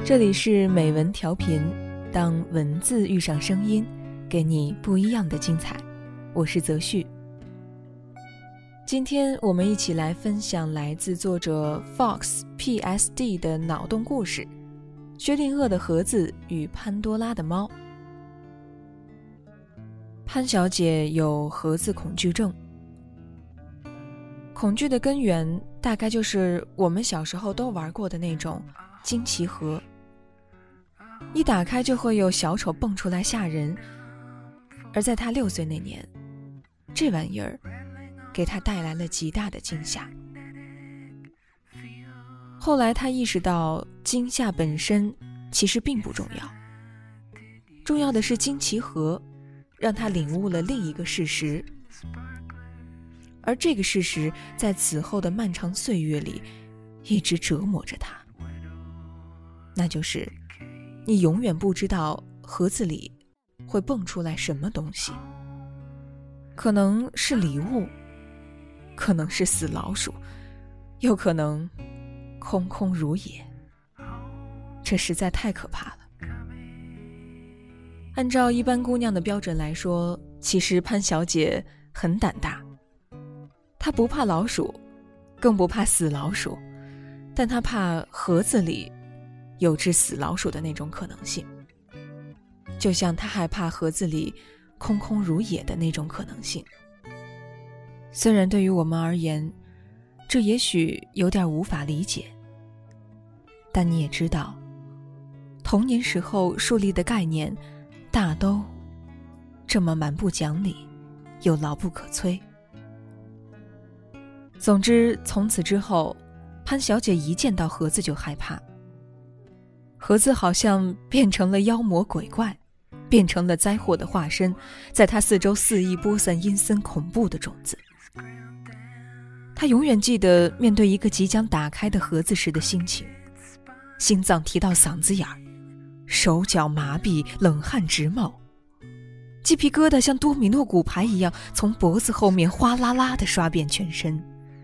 这里是美文调频，当文字遇上声音，给你不一样的精彩。我是泽旭。今天我们一起来分享来自作者 Fox PSD 的脑洞故事，薛定谔的盒子与潘多拉的猫。潘小姐有盒子恐惧症，恐惧的根源大概就是我们小时候都玩过的那种惊奇盒，一打开就会有小丑蹦出来吓人。而在她6岁那年，这玩意儿给她带来了极大的惊吓。后来她意识到惊吓本身其实并不重要，重要的是惊奇盒让她领悟了另一个事实，而这个事实在此后的漫长岁月里一直折磨着她，那就是你永远不知道盒子里会蹦出来什么东西，可能是礼物，可能是死老鼠，又可能空空如也。这实在太可怕了。按照一般姑娘的标准来说，其实潘小姐很胆大，她不怕老鼠，更不怕死老鼠，但她怕盒子里有只死老鼠的那种可能性，就像她害怕盒子里空空如也的那种可能性。虽然对于我们而言，这也许有点无法理解，但你也知道，童年时候树立的概念大都这么蛮不讲理，又牢不可摧。总之，从此之后，潘小姐一见到盒子就害怕。盒子好像变成了妖魔鬼怪，变成了灾祸的化身，在她四周肆意播散阴森恐怖的种子。她永远记得面对一个即将打开的盒子时的心情，心脏提到嗓子眼儿，手脚麻痹，冷汗直冒，鸡皮疙瘩像多米诺骨牌一样从脖子后面哗啦啦地刷遍全身。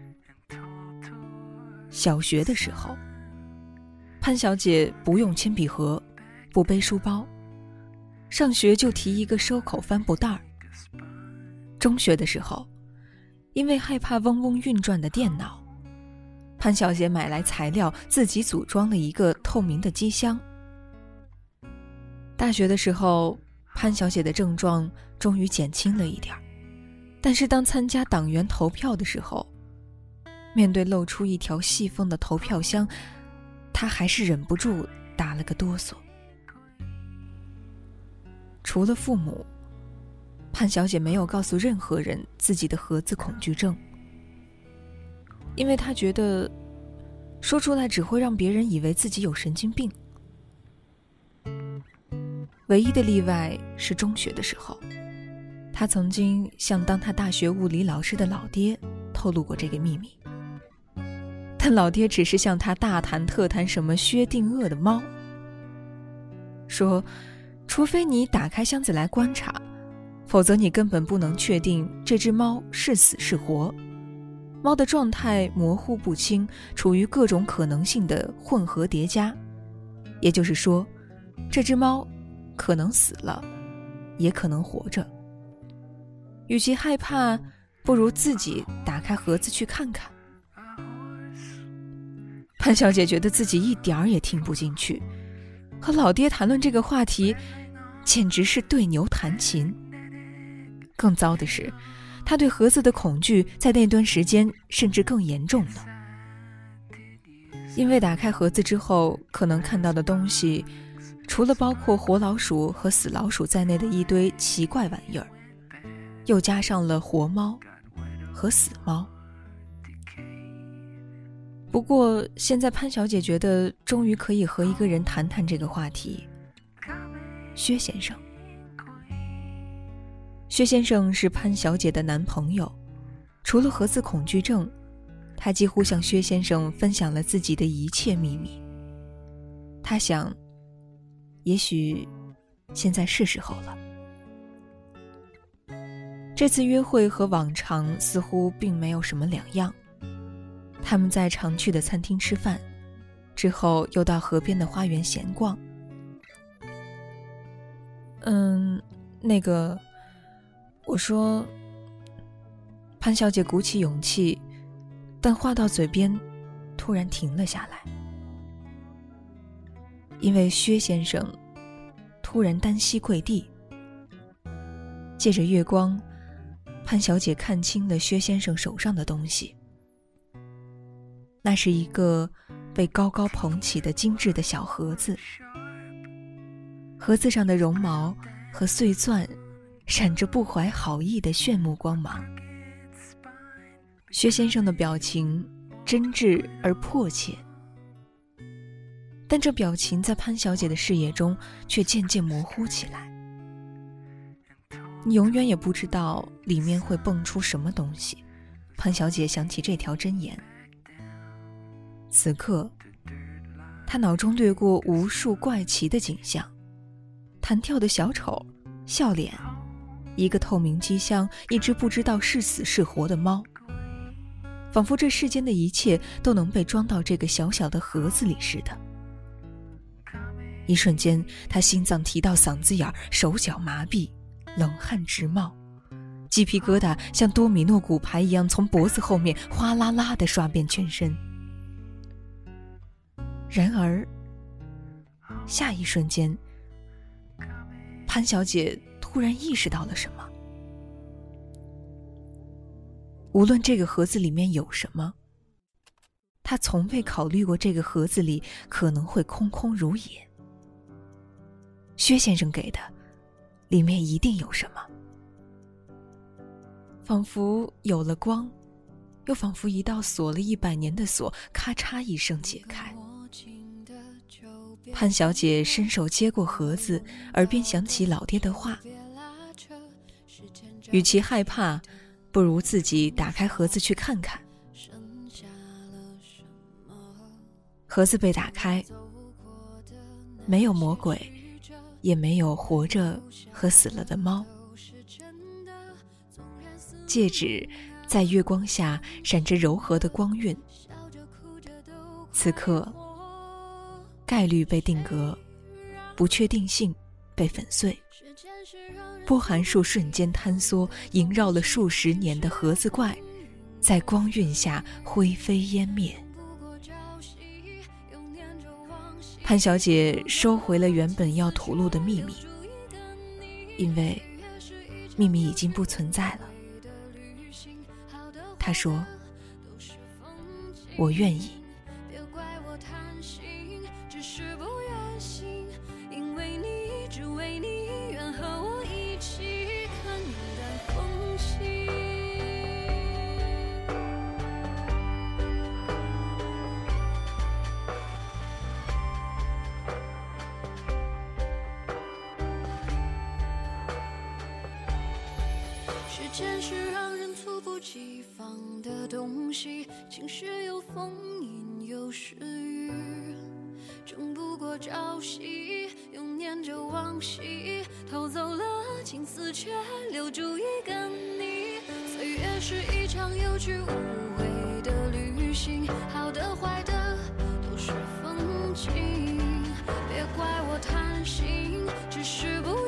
小学的时候，潘小姐不用铅笔盒，不背书包，上学就提一个收口帆布袋儿。中学的时候，因为害怕嗡嗡运转的电脑，潘小姐买来材料，自己组装了一个透明的机箱。大学的时候，潘小姐的症状终于减轻了一点，但是当参加党员投票的时候，面对露出一条细缝的投票箱，她还是忍不住打了个哆嗦。除了父母，潘小姐没有告诉任何人自己的盒子恐惧症，因为她觉得说出来只会让别人以为自己有神经病。唯一的例外是中学的时候，她曾经向当她大学物理老师的老爹透露过这个秘密，但老爹只是向她大谈特谈什么薛定谔的猫，说除非你打开箱子来观察，否则你根本不能确定这只猫是死是活。猫的状态模糊不清，处于各种可能性的混合叠加，也就是说，这只猫可能死了，也可能活着。与其害怕，不如自己打开盒子去看看。潘小姐觉得自己一点儿也听不进去，和老爹谈论这个话题简直是对牛弹琴。更糟的是，她对盒子的恐惧在那段时间甚至更严重了，因为打开盒子之后可能看到的东西，除了包括活老鼠和死老鼠在内的一堆奇怪玩意儿，又加上了活猫和死猫。不过现在潘小姐觉得终于可以和一个人谈谈这个话题，薛先生。薛先生是潘小姐的男朋友，除了盒子恐惧症，她几乎向薛先生分享了自己的一切秘密。她想，也许现在是时候了。这次约会和往常似乎并没有什么两样，他们在常去的餐厅吃饭， 之后又到河边的花园闲逛。我说，潘小姐鼓起勇气，但话到嘴边突然停了下来，因为薛先生突然单膝跪地。借着月光，潘小姐看清了薛先生手上的东西，那是一个被高高捧起的精致的小盒子，盒子上的绒毛和碎钻闪着不怀好意的炫目光芒。薛先生的表情真挚而迫切，但这表情在潘小姐的视野中却渐渐模糊起来。你永远也不知道里面会蹦出什么东西。潘小姐想起这条箴言，此刻她脑中掠过无数怪奇的景象：弹跳的小丑，笑脸，一个透明机箱，一只不知道是死是活的猫，仿佛这世间的一切都能被装到这个小小的盒子里似的。一瞬间，他心脏提到嗓子眼，手脚麻痹，冷汗直冒，鸡皮疙瘩像多米诺骨牌一样从脖子后面哗啦啦地刷遍全身。然而下一瞬间，潘小姐突然意识到了什么。无论这个盒子里面有什么，她从未考虑过这个盒子里可能会空空如也。薛先生给的，里面一定有什么。仿佛有了光，又仿佛一道锁了100年的锁，咔嚓一声解开。潘小姐伸手接过盒子，耳边响起老爹的话：与其害怕，不如自己打开盒子去看看。盒子被打开，没有魔鬼，也没有活着和死了的猫。戒指在月光下闪着柔和的光晕。此刻，概率被定格，不确定性被粉碎，波函数瞬间坍缩，萦绕了数十年的盒子怪，在光晕下灰飞烟灭。潘小姐收回了原本要吐露的秘密，因为秘密已经不存在了。她说：我愿意。 时间是让人猝不及防的东西，晴时有风，阴有时雨，争不过朝夕，又念着往昔，偷走了青丝，却留住一个你。岁月是一场有去无回的旅行，好的坏的都是风景，别怪我贪心，只是不